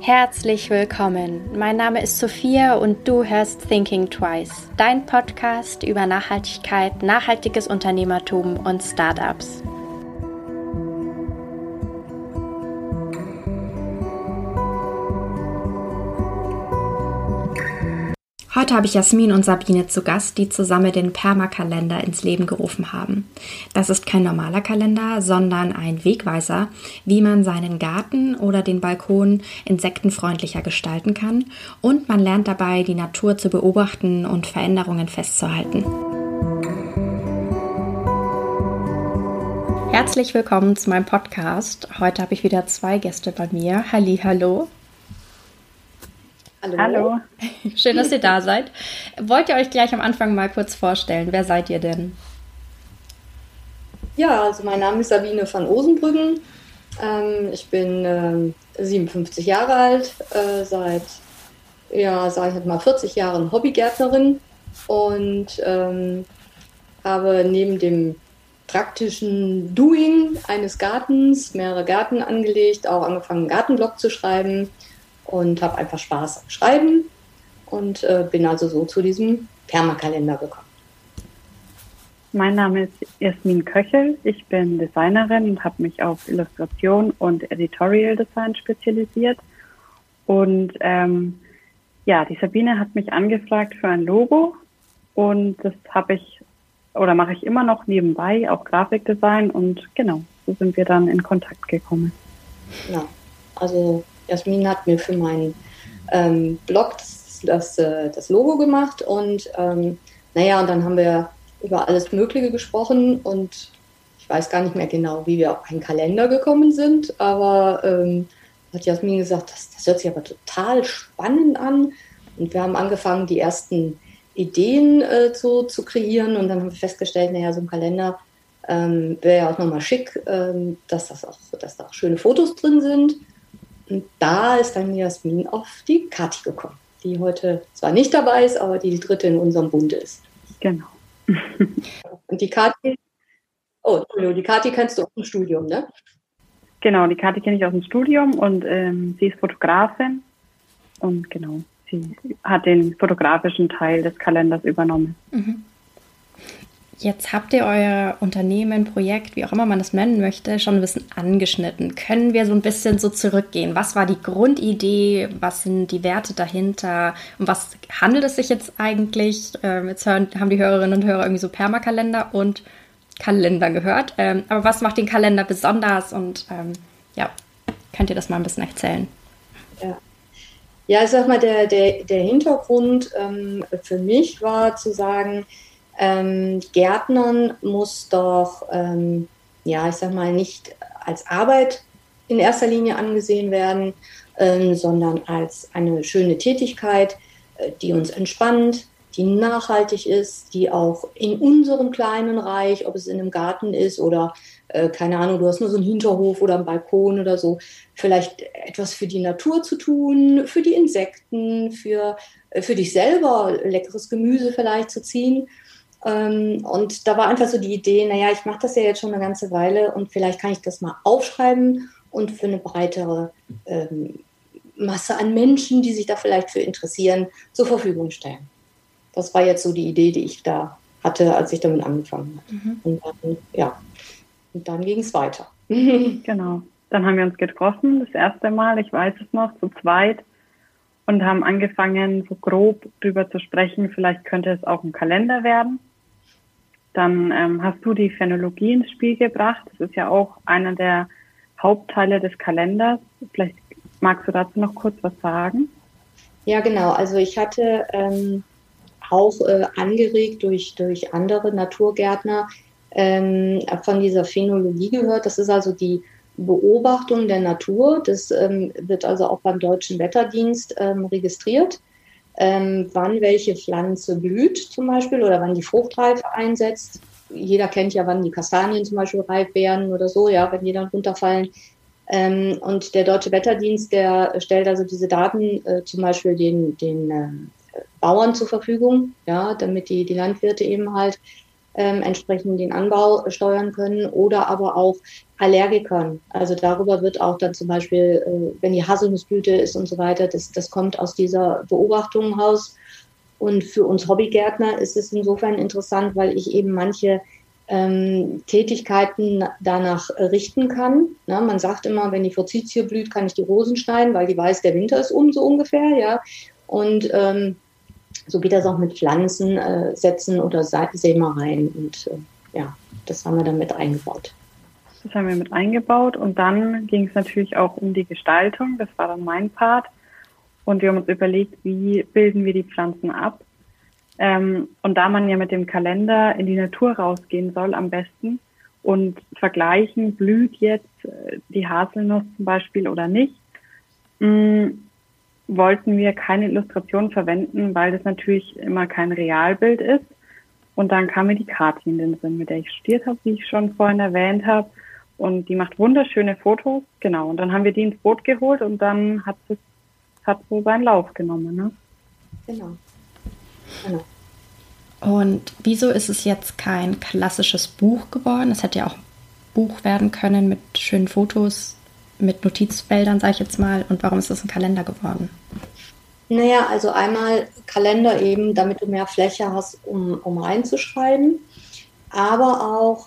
Herzlich willkommen. Mein Name ist Sophia und du hörst Thinking Twice, dein Podcast über Nachhaltigkeit, nachhaltiges Unternehmertum und Startups. Heute habe ich Jasmin und Sabine zu Gast, die zusammen den Permakalender ins Leben gerufen haben. Das ist kein normaler Kalender, sondern ein Wegweiser, wie man seinen Garten oder den Balkon insektenfreundlicher gestalten kann, und man lernt dabei, die Natur zu beobachten und Veränderungen festzuhalten. Herzlich willkommen zu meinem Podcast. Heute habe ich wieder 2 Gäste bei mir. Hallihallo. Hallo. Schön, dass ihr da seid. Wollt ihr euch gleich am Anfang mal kurz vorstellen? Wer seid ihr denn? Ja, also mein Name ist Sabine van Osenbrüggen. Ich bin 57 Jahre alt, seit, sage ich mal, 40 Jahren Hobbygärtnerin und habe neben dem praktischen Doing eines Gartens mehrere Gärten angelegt, auch angefangen, einen Gartenblog zu schreiben. Und habe einfach Spaß am Schreiben und bin also so zu diesem Permakalender gekommen. Mein Name ist Jasmin Köchel. Ich bin Designerin und habe mich auf Illustration und Editorial Design spezialisiert. Und die Sabine hat mich angefragt für ein Logo und das mache ich immer noch nebenbei, auch Grafikdesign, und genau, so sind wir dann in Kontakt gekommen. Ja, also Jasmin hat mir für meinen Blog das Logo gemacht und und dann haben wir über alles Mögliche gesprochen und ich weiß gar nicht mehr genau, wie wir auf einen Kalender gekommen sind, aber hat Jasmin gesagt, das hört sich aber total spannend an, und wir haben angefangen, die ersten Ideen zu kreieren, und dann haben wir festgestellt, so ein Kalender wäre ja auch nochmal schick, dass da auch schöne Fotos drin sind. Und da ist dann Jasmin auf die Kathi gekommen, die heute zwar nicht dabei ist, aber die dritte in unserem Bunde ist. Genau. Und die Kathi kennst du aus dem Studium, ne? Genau, die Kathi kenne ich aus dem Studium und sie ist Fotografin und genau, sie hat den fotografischen Teil des Kalenders übernommen. Mhm. Jetzt habt ihr euer Unternehmen, Projekt, wie auch immer man das nennen möchte, schon ein bisschen angeschnitten. Können wir so ein bisschen so zurückgehen? Was war die Grundidee? Was sind die Werte dahinter? Um was handelt es sich jetzt eigentlich? Jetzt haben die Hörerinnen und Hörer irgendwie so Permakalender und Kalender gehört. Aber was macht den Kalender besonders? Und könnt ihr das mal ein bisschen erzählen? Ja, ich sag mal, der Hintergrund für mich war zu sagen, Gärtnern muss doch, nicht als Arbeit in erster Linie angesehen werden, sondern als eine schöne Tätigkeit, die uns entspannt, die nachhaltig ist, die auch in unserem kleinen Reich, ob es in einem Garten ist oder, keine Ahnung, du hast nur so einen Hinterhof oder einen Balkon oder so, vielleicht etwas für die Natur zu tun, für die Insekten, für dich selber leckeres Gemüse vielleicht zu ziehen. Und da war einfach so die Idee, ich mache das ja jetzt schon eine ganze Weile und vielleicht kann ich das mal aufschreiben und für eine breitere Masse an Menschen, die sich da vielleicht für interessieren, zur Verfügung stellen. Das war jetzt so die Idee, die ich da hatte, als ich damit angefangen habe. Mhm. Und dann ging es weiter. Genau, dann haben wir uns getroffen, das erste Mal, ich weiß es noch, zu zweit, und haben angefangen, so grob drüber zu sprechen, vielleicht könnte es auch ein Kalender werden. Dann hast du die Phänologie ins Spiel gebracht. Das ist ja auch einer der Hauptteile des Kalenders. Vielleicht magst du dazu noch kurz was sagen? Ja, genau. Also ich hatte auch angeregt durch andere Naturgärtner von dieser Phänologie gehört. Das ist also die Beobachtung der Natur. Das wird also auch beim Deutschen Wetterdienst registriert. Wann welche Pflanze blüht zum Beispiel oder wann die Fruchtreife einsetzt. Jeder kennt ja, wann die Kastanien zum Beispiel reif werden oder so, ja, wenn die dann runterfallen. Und der Deutsche Wetterdienst, der stellt also diese Daten zum Beispiel den Bauern zur Verfügung, ja, damit die Landwirte eben halt entsprechend den Anbau steuern können oder aber auch Allergikern. Also darüber wird auch dann zum Beispiel, wenn die Haselnussblüte ist und so weiter, das kommt aus dieser Beobachtung raus. Und für uns Hobbygärtner ist es insofern interessant, weil ich eben manche Tätigkeiten danach richten kann. Na, man sagt immer, wenn die Forsythie blüht, kann ich die Rosen schneiden, weil die weiß, der Winter ist so ungefähr. Ja. Und so geht das auch mit Pflanzen setzen oder Sämereien. Und ja, das haben wir dann mit eingebaut. Das haben wir mit eingebaut und dann ging es natürlich auch um die Gestaltung. Das war dann mein Part. Und wir haben uns überlegt, wie bilden wir die Pflanzen ab. Und da man ja mit dem Kalender in die Natur rausgehen soll am besten und vergleichen, blüht jetzt die Haselnuss zum Beispiel oder nicht, wollten wir keine Illustration verwenden, weil das natürlich immer kein Realbild ist. Und dann kam mir die Kathi in den Sinn, mit der ich studiert habe, wie ich schon vorhin erwähnt habe. Und die macht wunderschöne Fotos. Genau. Und dann haben wir die ins Boot geholt und dann hat so seinen Lauf genommen. Ne? Genau. Und wieso ist es jetzt kein klassisches Buch geworden? Es hätte ja auch ein Buch werden können mit schönen Fotos, mit Notizfeldern, sage ich jetzt mal. Und warum ist es ein Kalender geworden? Naja, also einmal Kalender eben, damit du mehr Fläche hast, um reinzuschreiben. Aber auch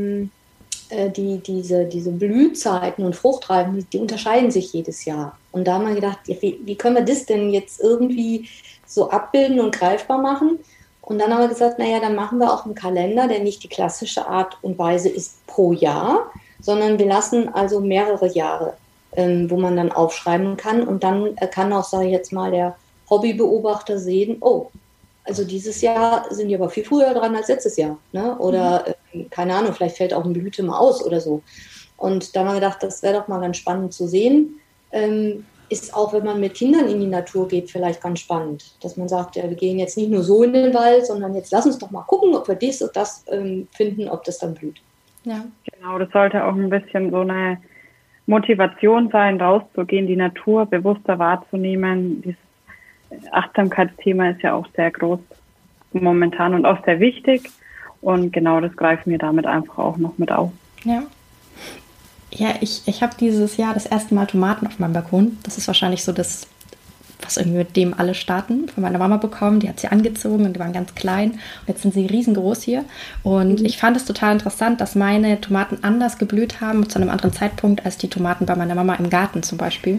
diese Blühzeiten und Fruchtreifen, die unterscheiden sich jedes Jahr. Und da haben wir gedacht, wie können wir das denn jetzt irgendwie so abbilden und greifbar machen? Und dann haben wir gesagt, naja, dann machen wir auch einen Kalender, der nicht die klassische Art und Weise ist pro Jahr, sondern wir lassen also mehrere Jahre, wo man dann aufschreiben kann. Und dann kann auch, sage ich jetzt mal, der Hobbybeobachter sehen, oh, also dieses Jahr sind die aber viel früher dran als letztes Jahr. Ne? Oder, keine Ahnung, vielleicht fällt auch eine Blüte mal aus oder so. Und da haben wir gedacht, das wäre doch mal ganz spannend zu sehen. Ist auch, wenn man mit Kindern in die Natur geht, vielleicht ganz spannend. Dass man sagt, ja, wir gehen jetzt nicht nur so in den Wald, sondern jetzt lass uns doch mal gucken, ob wir dies und das finden, ob das dann blüht. Ja, genau, das sollte auch ein bisschen so eine Motivation sein, rauszugehen, die Natur bewusster wahrzunehmen. Dieses Achtsamkeitsthema ist ja auch sehr groß momentan und auch sehr wichtig. Und genau das greifen wir damit einfach auch noch mit auf. Ja. Ja, ich habe dieses Jahr das erste Mal Tomaten auf meinem Balkon. Das ist wahrscheinlich so das, was irgendwie mit dem alle starten, von meiner Mama bekommen. Die hat sie angezogen und die waren ganz klein. Und jetzt sind sie riesengroß hier. Und ich fand es total interessant, dass meine Tomaten anders geblüht haben, zu einem anderen Zeitpunkt, als die Tomaten bei meiner Mama im Garten zum Beispiel.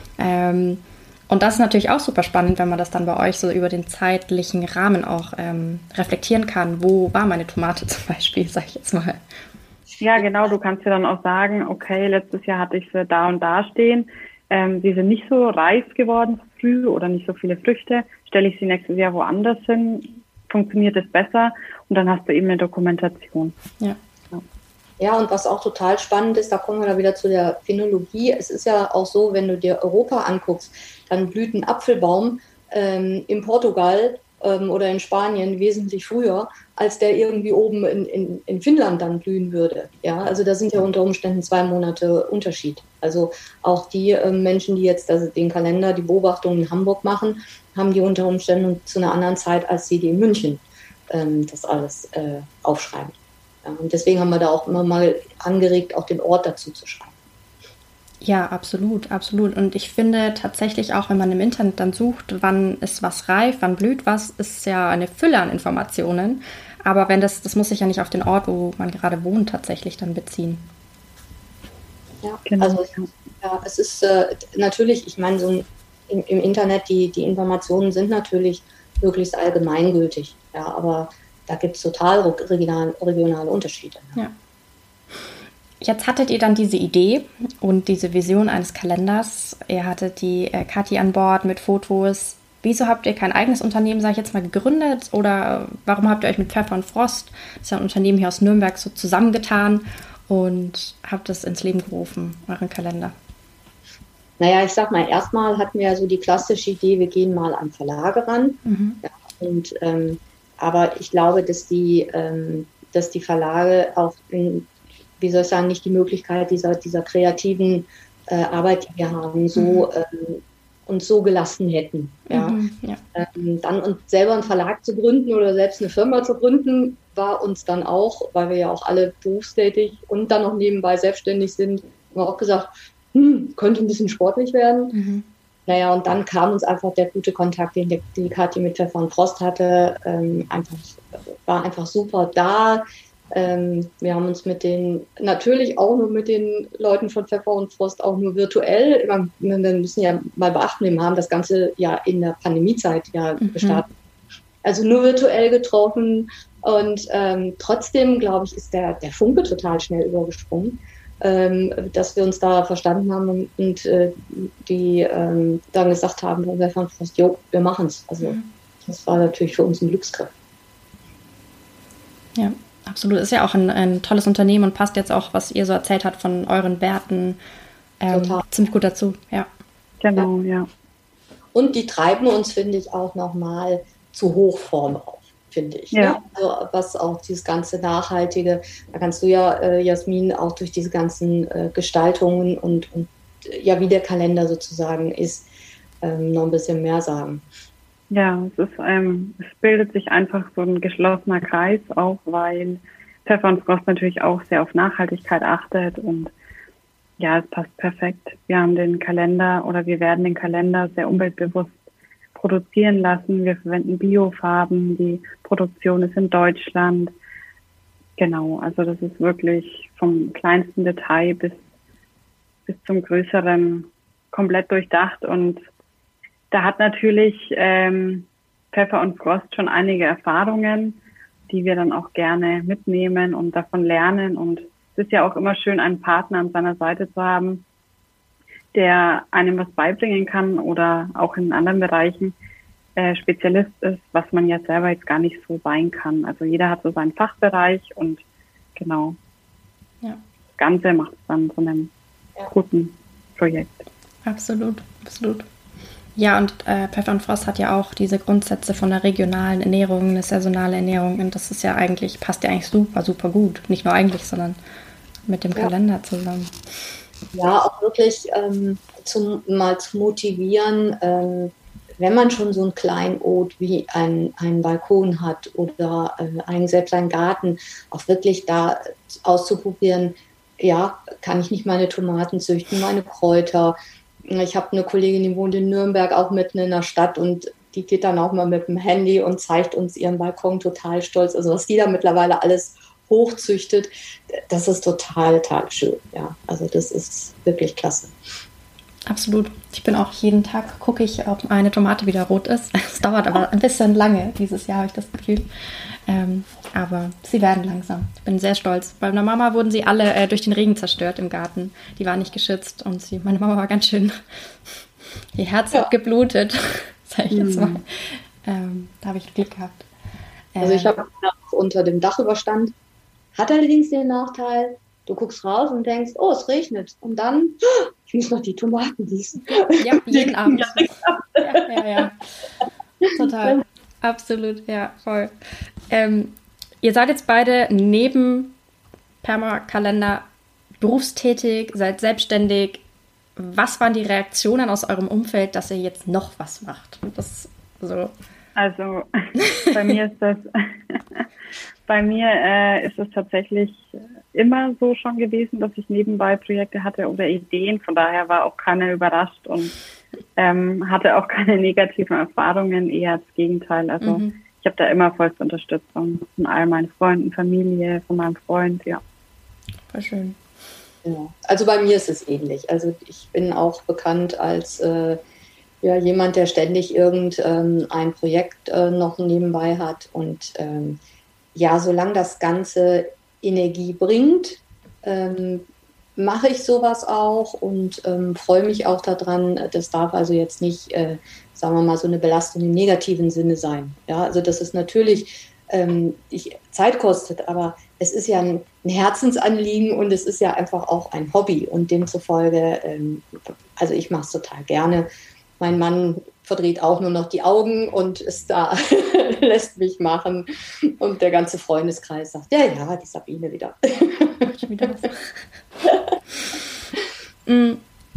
Und das ist natürlich auch super spannend, wenn man das dann bei euch so über den zeitlichen Rahmen auch reflektieren kann. Wo war meine Tomate zum Beispiel, sag ich jetzt mal. Ja, genau. Du kannst ja dann auch sagen, okay, letztes Jahr hatte ich sie da und da stehen. Die sind nicht so reif geworden so früh oder nicht so viele Früchte. Stelle ich sie nächstes Jahr woanders hin, funktioniert es besser und dann hast du eben eine Dokumentation. Ja. Ja, und was auch total spannend ist, da kommen wir da wieder zu der Phänologie. Es ist ja auch so, wenn du dir Europa anguckst, dann blüht ein Apfelbaum in Portugal oder in Spanien wesentlich früher, als der irgendwie oben in Finnland dann blühen würde. Ja, also da sind ja unter Umständen 2 Monate Unterschied. Also auch die Menschen, die jetzt den Kalender, die Beobachtungen in Hamburg machen, haben die unter Umständen zu einer anderen Zeit, als die in München das alles aufschreiben. Ja, und deswegen haben wir da auch immer mal angeregt, auch den Ort dazu zu schreiben. Ja, absolut, absolut. Und ich finde tatsächlich auch, wenn man im Internet dann sucht, wann ist was reif, wann blüht was, ist ja eine Fülle an Informationen. Aber wenn das muss sich ja nicht auf den Ort, wo man gerade wohnt, tatsächlich dann beziehen. Ja, genau. Also ja, es ist natürlich, ich meine, so im Internet, die Informationen sind natürlich möglichst allgemeingültig. Ja, aber da gibt es total regionale Unterschiede. Ja. Jetzt hattet ihr dann diese Idee und diese Vision eines Kalenders. Ihr hattet die Kathi an Bord mit Fotos. Wieso habt ihr kein eigenes Unternehmen, sage ich jetzt mal, gegründet? Oder warum habt ihr euch mit Pfeffer und Frost, das ist ja ein Unternehmen hier aus Nürnberg, so zusammengetan und habt es ins Leben gerufen, euren Kalender? Naja, ich sag mal, erstmal hatten wir ja so die klassische Idee, wir gehen mal an Verlage ran. Ja, und aber ich glaube, dass die Verlage auch wie soll ich sagen, nicht die Möglichkeit dieser kreativen Arbeit, die wir haben, so uns so gelassen hätten. Ja. Ja. Dann uns selber einen Verlag zu gründen oder selbst eine Firma zu gründen, war uns dann auch, weil wir ja auch alle berufstätig und dann noch nebenbei selbstständig sind, haben wir auch gesagt, könnte ein bisschen sportlich werden. Naja, und dann kam uns einfach der gute Kontakt, den die Kathi mit Pfeffer und Frost hatte, war einfach super da. Wir haben uns natürlich auch nur mit den Leuten von Pfeffer und Frost auch nur virtuell, wir müssen ja mal beachten, wir haben das Ganze ja in der Pandemiezeit gestartet. Also nur virtuell getroffen und trotzdem, glaube ich, ist der Funke total schnell übergesprungen, dass wir uns da verstanden haben und die dann gesagt haben, bei Pfeffer und Frost, jo, wir machen es. Also das war natürlich für uns ein Glücksgriff. Ja. Absolut, ist ja auch ein tolles Unternehmen und passt jetzt auch, was ihr so erzählt habt von euren Werten, ziemlich gut dazu. Ja. Genau, ja. Und die treiben uns, finde ich, auch nochmal zu Hochform auf, finde ich. Ja. Ne? Also was auch dieses ganze Nachhaltige, da kannst du ja, Jasmin, auch durch diese ganzen Gestaltungen und ja, wie der Kalender sozusagen ist, noch ein bisschen mehr sagen. Ja, es bildet sich einfach so ein geschlossener Kreis auch, weil Pfeffer und Frost natürlich auch sehr auf Nachhaltigkeit achtet und ja, es passt perfekt. Wir haben den Kalender oder wir werden den Kalender sehr umweltbewusst produzieren lassen. Wir verwenden Biofarben, die Produktion ist in Deutschland. Genau, also das ist wirklich vom kleinsten Detail bis zum größeren komplett durchdacht und da hat natürlich Pfeffer und Frost schon einige Erfahrungen, die wir dann auch gerne mitnehmen und davon lernen. Und es ist ja auch immer schön, einen Partner an seiner Seite zu haben, der einem was beibringen kann oder auch in anderen Bereichen Spezialist ist, was man ja selber jetzt gar nicht so sein kann. Also jeder hat so seinen Fachbereich und genau, das Ganze macht es dann zu einem guten Projekt. Absolut, absolut. Ja, und Pfeffer und Frost hat ja auch diese Grundsätze von der regionalen Ernährung, eine saisonale Ernährung. Und das ist ja eigentlich, passt ja eigentlich super, super gut. Nicht nur eigentlich, sondern mit dem Kalender zusammen. Ja, auch wirklich mal zu motivieren, wenn man schon so ein Kleinod wie einen Balkon hat oder selbst einen Garten, auch wirklich da auszuprobieren, ja, kann ich nicht meine Tomaten züchten, meine Kräuter. Ich habe eine Kollegin, die wohnt in Nürnberg, auch mitten in der Stadt und die geht dann auch mal mit dem Handy und zeigt uns ihren Balkon total stolz. Also was die da mittlerweile alles hochzüchtet, das ist total schön. Ja, also das ist wirklich klasse. Absolut. Ich bin auch jeden Tag, gucke ich, ob eine Tomate wieder rot ist. Es dauert aber ein bisschen lange dieses Jahr, habe ich das Gefühl. Aber sie werden langsam. Ich bin sehr stolz. Bei meiner Mama wurden sie alle durch den Regen zerstört im Garten. Die waren nicht geschützt und meine Mama war ganz schön, ihr Herz hat geblutet, sag ich jetzt mal. Da habe ich Glück gehabt. Also ich habe unter dem Dach überstand, hat allerdings den Nachteil, du guckst raus und denkst, oh, es regnet. Und dann, ich muss noch die Tomaten gießen. Ja, jeden Abend. Ja. Total. Absolut, ja, voll. Ihr seid jetzt beide neben Permakalender berufstätig, seid selbstständig. Was waren die Reaktionen aus eurem Umfeld, dass ihr jetzt noch was macht? Das so. Also bei mir ist es tatsächlich immer so schon gewesen, dass ich nebenbei Projekte hatte oder Ideen. Von daher war auch keiner überrascht und hatte auch keine negativen Erfahrungen, eher das Gegenteil. Also ich habe da immer vollste Unterstützung von all meinen Freunden, Familie, von meinem Freund, ja. Voll schön. Ja. Also bei mir ist es ähnlich. Also ich bin auch bekannt als jemand, der ständig ein Projekt noch nebenbei hat. Und solange das Ganze Energie bringt, mache ich sowas auch und freue mich auch daran. Das darf also jetzt nicht, sagen wir mal, so eine Belastung im negativen Sinne sein. Ja, also das ist natürlich Zeit kostet, aber es ist ja ein Herzensanliegen und es ist ja einfach auch ein Hobby und demzufolge, also ich mache es total gerne. Mein Mann verdreht auch nur noch die Augen und ist da, lässt mich machen. Und der ganze Freundeskreis sagt, ja, die Sabine wieder.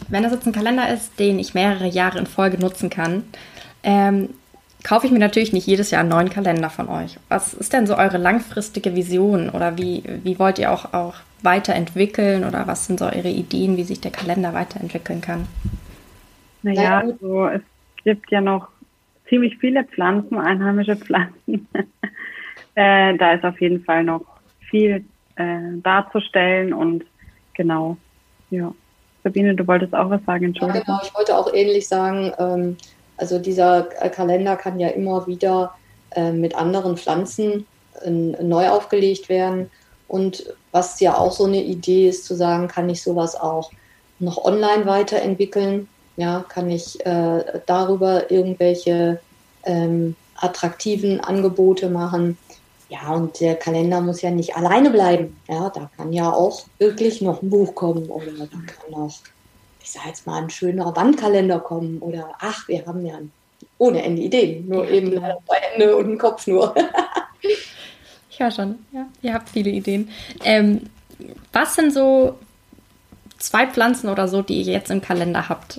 wenn das jetzt ein Kalender ist, den ich mehrere Jahre in Folge nutzen kann, kaufe ich mir natürlich nicht jedes Jahr einen neuen Kalender von euch. Was ist denn so eure langfristige Vision oder wie wollt ihr auch weiterentwickeln oder was sind so eure Ideen, wie sich der Kalender weiterentwickeln kann? Naja, also es gibt ja noch ziemlich viele Pflanzen, einheimische Pflanzen. Da ist auf jeden Fall noch viel darzustellen und genau, ja. Sabine, du wolltest auch was sagen, Entschuldigung. Ja, genau, ich wollte auch ähnlich sagen, also dieser Kalender kann ja immer wieder mit anderen Pflanzen neu aufgelegt werden. Und was ja auch so eine Idee ist, zu sagen, kann ich sowas auch noch online weiterentwickeln? Ja, kann ich darüber irgendwelche attraktiven Angebote machen? Ja, und der Kalender muss ja nicht alleine bleiben. Ja, da kann ja auch wirklich noch ein Buch kommen oder da kann auch, ich sage jetzt mal, ein schöner Wandkalender kommen oder ach, wir haben ja ohne Ende Ideen, nur eben leider 2 Hände und einen Kopf nur. Ich höre schon, ja, ihr habt viele Ideen. Was sind so 2 Pflanzen oder so, die ihr jetzt im Kalender habt,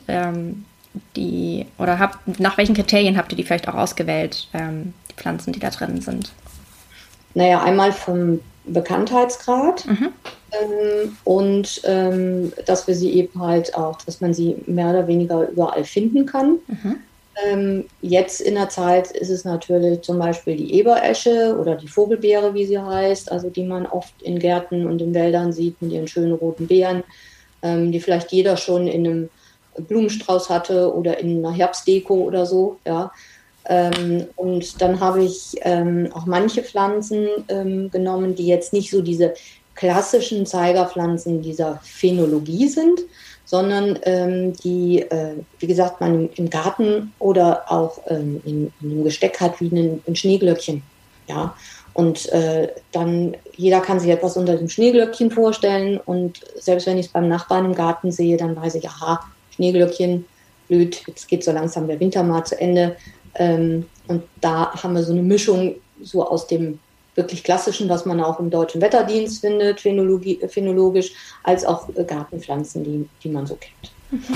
nach welchen Kriterien habt ihr die vielleicht auch ausgewählt, die Pflanzen, die da drin sind? Naja, einmal vom Bekanntheitsgrad und dass wir sie eben halt auch, dass man sie mehr oder weniger überall finden kann. Jetzt in der Zeit ist es natürlich zum Beispiel die Eberesche oder die Vogelbeere, wie sie heißt, also die man oft in Gärten und in Wäldern sieht mit ihren schönen roten Beeren, die vielleicht jeder schon in einem Blumenstrauß hatte oder in einer Herbstdeko oder so, ja. Und dann habe ich auch manche Pflanzen genommen, die jetzt nicht so diese klassischen Zeigerpflanzen dieser Phänologie sind, sondern die, wie gesagt, man im Garten oder auch in einem Gesteck hat, wie ein Schneeglöckchen. Ja? Und dann, jeder kann sich etwas unter dem Schneeglöckchen vorstellen und selbst wenn ich es beim Nachbarn im Garten sehe, dann weiß ich, aha, Schneeglöckchen, blöd, jetzt geht so langsam der Winter mal zu Ende. Und da haben wir so eine Mischung so aus dem wirklich klassischen, was man auch im Deutschen Wetterdienst findet, phänologisch, als auch Gartenpflanzen, die man so kennt.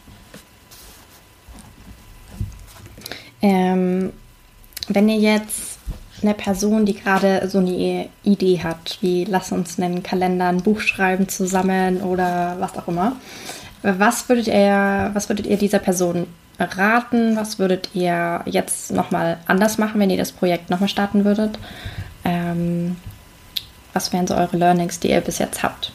Wenn ihr jetzt eine Person, die gerade so eine Idee hat, wie lass uns einen Kalender, ein Buch schreiben zusammen oder was auch immer, was würdet ihr dieser Person raten? Was würdet ihr jetzt nochmal anders machen, wenn ihr das Projekt nochmal starten würdet? Was wären so eure Learnings, die ihr bis jetzt habt?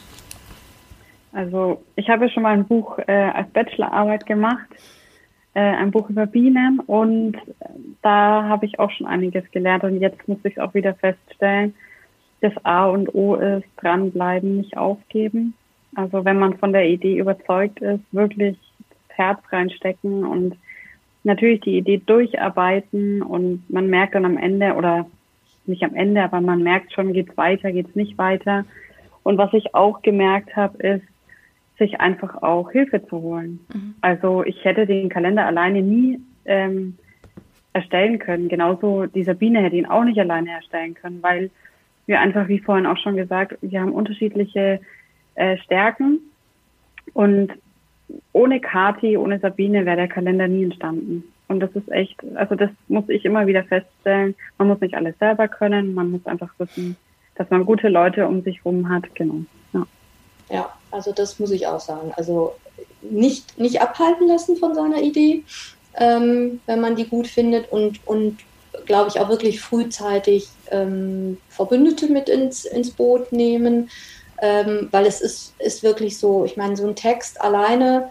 Also ich habe schon mal ein Buch als Bachelorarbeit gemacht, ein Buch über Bienen und da habe ich auch schon einiges gelernt und jetzt muss ich auch wieder feststellen, das A und O ist dranbleiben, nicht aufgeben. Also wenn man von der Idee überzeugt ist, wirklich das Herz reinstecken und natürlich die Idee durcharbeiten und man merkt dann am Ende oder nicht am Ende, aber man merkt schon, geht's weiter, geht's nicht weiter. Und was ich auch gemerkt habe, ist, sich einfach auch Hilfe zu holen. Also ich hätte den Kalender alleine nie erstellen können. Genauso die Sabine hätte ihn auch nicht alleine erstellen können, weil wir einfach, wie vorhin auch schon gesagt, wir haben unterschiedliche Stärken und ohne Kathi, ohne Sabine wäre der Kalender nie entstanden. Und das ist echt, also das muss ich immer wieder feststellen. Man muss nicht alles selber können, man muss einfach wissen, dass man gute Leute um sich rum hat. Genau. Ja, also das muss ich auch sagen. Also nicht abhalten lassen von seiner Idee, wenn man die gut findet und glaube ich auch wirklich frühzeitig Verbündete mit ins Boot nehmen, weil es ist wirklich so, ich meine, so ein Text alleine,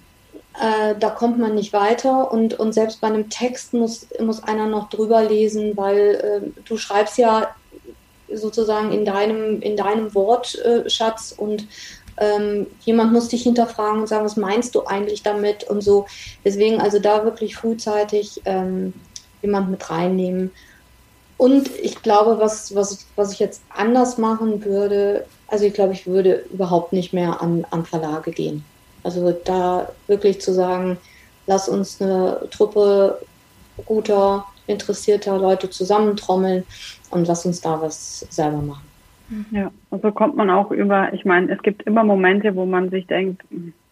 da kommt man nicht weiter und selbst bei einem Text muss einer noch drüber lesen, weil du schreibst ja sozusagen in deinem Wortschatz und jemand muss dich hinterfragen und sagen, was meinst du eigentlich damit und so. Deswegen also da wirklich frühzeitig jemand mit reinnehmen. Und ich glaube, was ich jetzt anders machen würde, also ich glaube, ich würde überhaupt nicht mehr an Verlage gehen. Also da wirklich zu sagen, lass uns eine Truppe guter, interessierter Leute zusammentrommeln und lass uns da was selber machen. Ja, und so kommt man auch ich meine, es gibt immer Momente, wo man sich denkt,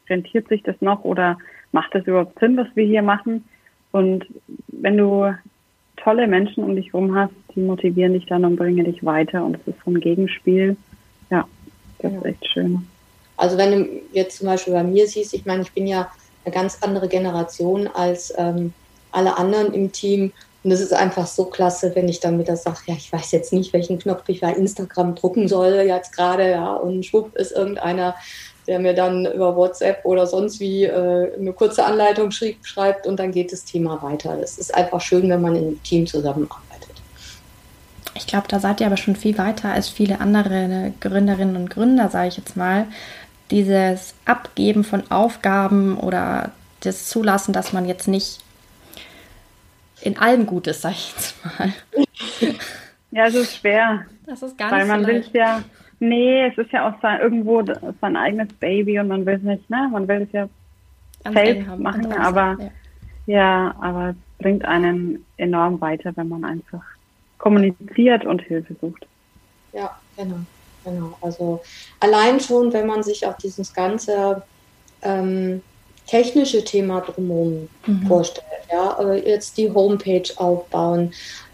rentiert sich das noch oder macht das überhaupt Sinn, was wir hier machen? Und wenn du tolle Menschen um dich herum hast, die motivieren dich dann und bringen dich weiter und es ist so ein Gegenspiel. Ja, das ist echt schön. Also wenn du jetzt zum Beispiel bei mir siehst, ich meine, ich bin ja eine ganz andere Generation als alle anderen im Team. Und es ist einfach so klasse, wenn ich dann wieder sage, ja, ich weiß jetzt nicht, welchen Knopf ich bei Instagram drucken soll jetzt gerade, ja, und schwupp ist irgendeiner, der mir dann über WhatsApp oder sonst wie eine kurze Anleitung schreibt und dann geht das Thema weiter. Es ist einfach schön, wenn man im Team zusammenarbeitet. Ich glaube, da seid ihr aber schon viel weiter als viele andere Gründerinnen und Gründer, sage ich jetzt mal. Dieses Abgeben von Aufgaben oder das Zulassen, dass man jetzt nicht in allem gut ist, sage ich jetzt mal. Ja, es ist schwer. Das ist gar weil nicht man so will leicht. es ja, nee, es ist ja auch irgendwo sein eigenes Baby und man will es nicht, ne? Man will es ja Ganz selbst eng haben machen, und aber ja. aber es bringt einen enorm weiter, wenn man einfach kommuniziert und Hilfe sucht. Ja, genau. Also allein schon, wenn man sich auch dieses ganze technische Thema drumherum vorstellt, ja, jetzt die Homepage aufbauen,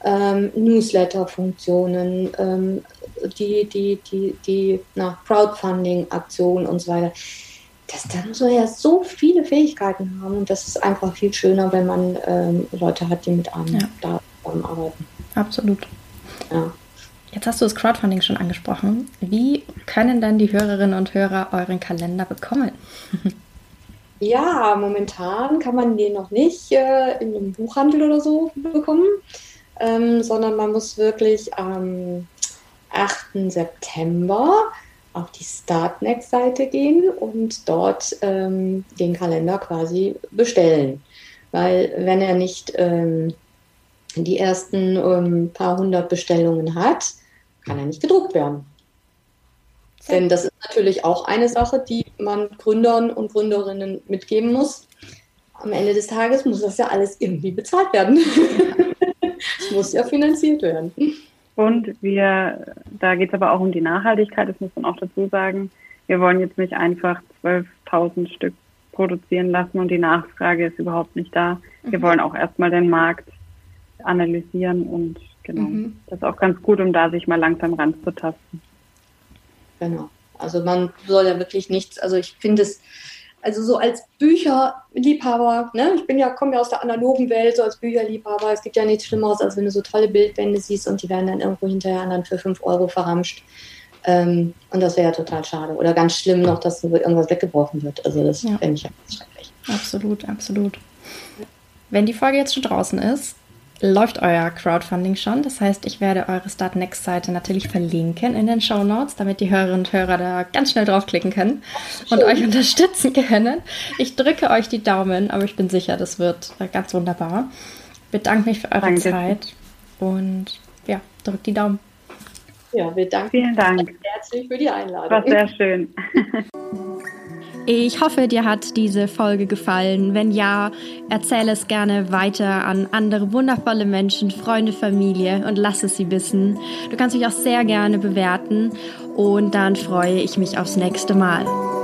Newsletter-Funktionen, die Crowdfunding-Aktionen und so weiter. Da muss man ja so viele Fähigkeiten haben und das ist einfach viel schöner, wenn man Leute hat, die mit einem da zusammenarbeiten. Absolut. Ja. Jetzt hast du das Crowdfunding schon angesprochen. Wie können denn die Hörerinnen und Hörer euren Kalender bekommen? Ja, momentan kann man den noch nicht in einem Buchhandel oder so bekommen, sondern man muss wirklich am 8. September auf die Startnext-Seite gehen und dort den Kalender quasi bestellen. Weil wenn er nicht die ersten paar hundert Bestellungen hat, kann er nicht gedruckt werden. Denn das ist natürlich auch eine Sache, die man Gründern und Gründerinnen mitgeben muss. Am Ende des Tages muss das ja alles irgendwie bezahlt werden. Es muss ja finanziert werden. Und da geht es aber auch um die Nachhaltigkeit, das muss man auch dazu sagen. Wir wollen jetzt nicht einfach 12.000 Stück produzieren lassen und die Nachfrage ist überhaupt nicht da. Wir wollen auch erstmal den Markt analysieren und genau, das ist auch ganz gut, um da sich mal langsam ranzutasten. Genau. Also man soll ja wirklich nichts, also ich finde es, also so als Bücherliebhaber, ne, komme ja aus der analogen Welt, so als Bücherliebhaber, es gibt ja nichts Schlimmeres, als wenn du so tolle Bildbände siehst und die werden dann irgendwo hinterher dann für 5 Euro verramscht. Und das wäre ja total schade. Oder ganz schlimm noch, dass irgendwas weggeworfen wird. Also das fände ich ja ganz schrecklich. Absolut, absolut. Wenn die Folge jetzt schon draußen ist, läuft euer Crowdfunding schon. Das heißt, ich werde eure Startnext-Seite natürlich verlinken in den Shownotes, damit die Hörerinnen und Hörer da ganz schnell draufklicken können und euch unterstützen können. Ich drücke euch die Daumen, aber ich bin sicher, das wird ganz wunderbar. Bedanke mich für eure Zeit und ja, drückt die Daumen. Ja, wir danken Vielen Dank. Herzlich für die Einladung. War sehr schön. Ich hoffe, dir hat diese Folge gefallen. Wenn ja, erzähle es gerne weiter an andere wundervolle Menschen, Freunde, Familie und lass es sie wissen. Du kannst mich auch sehr gerne bewerten und dann freue ich mich aufs nächste Mal.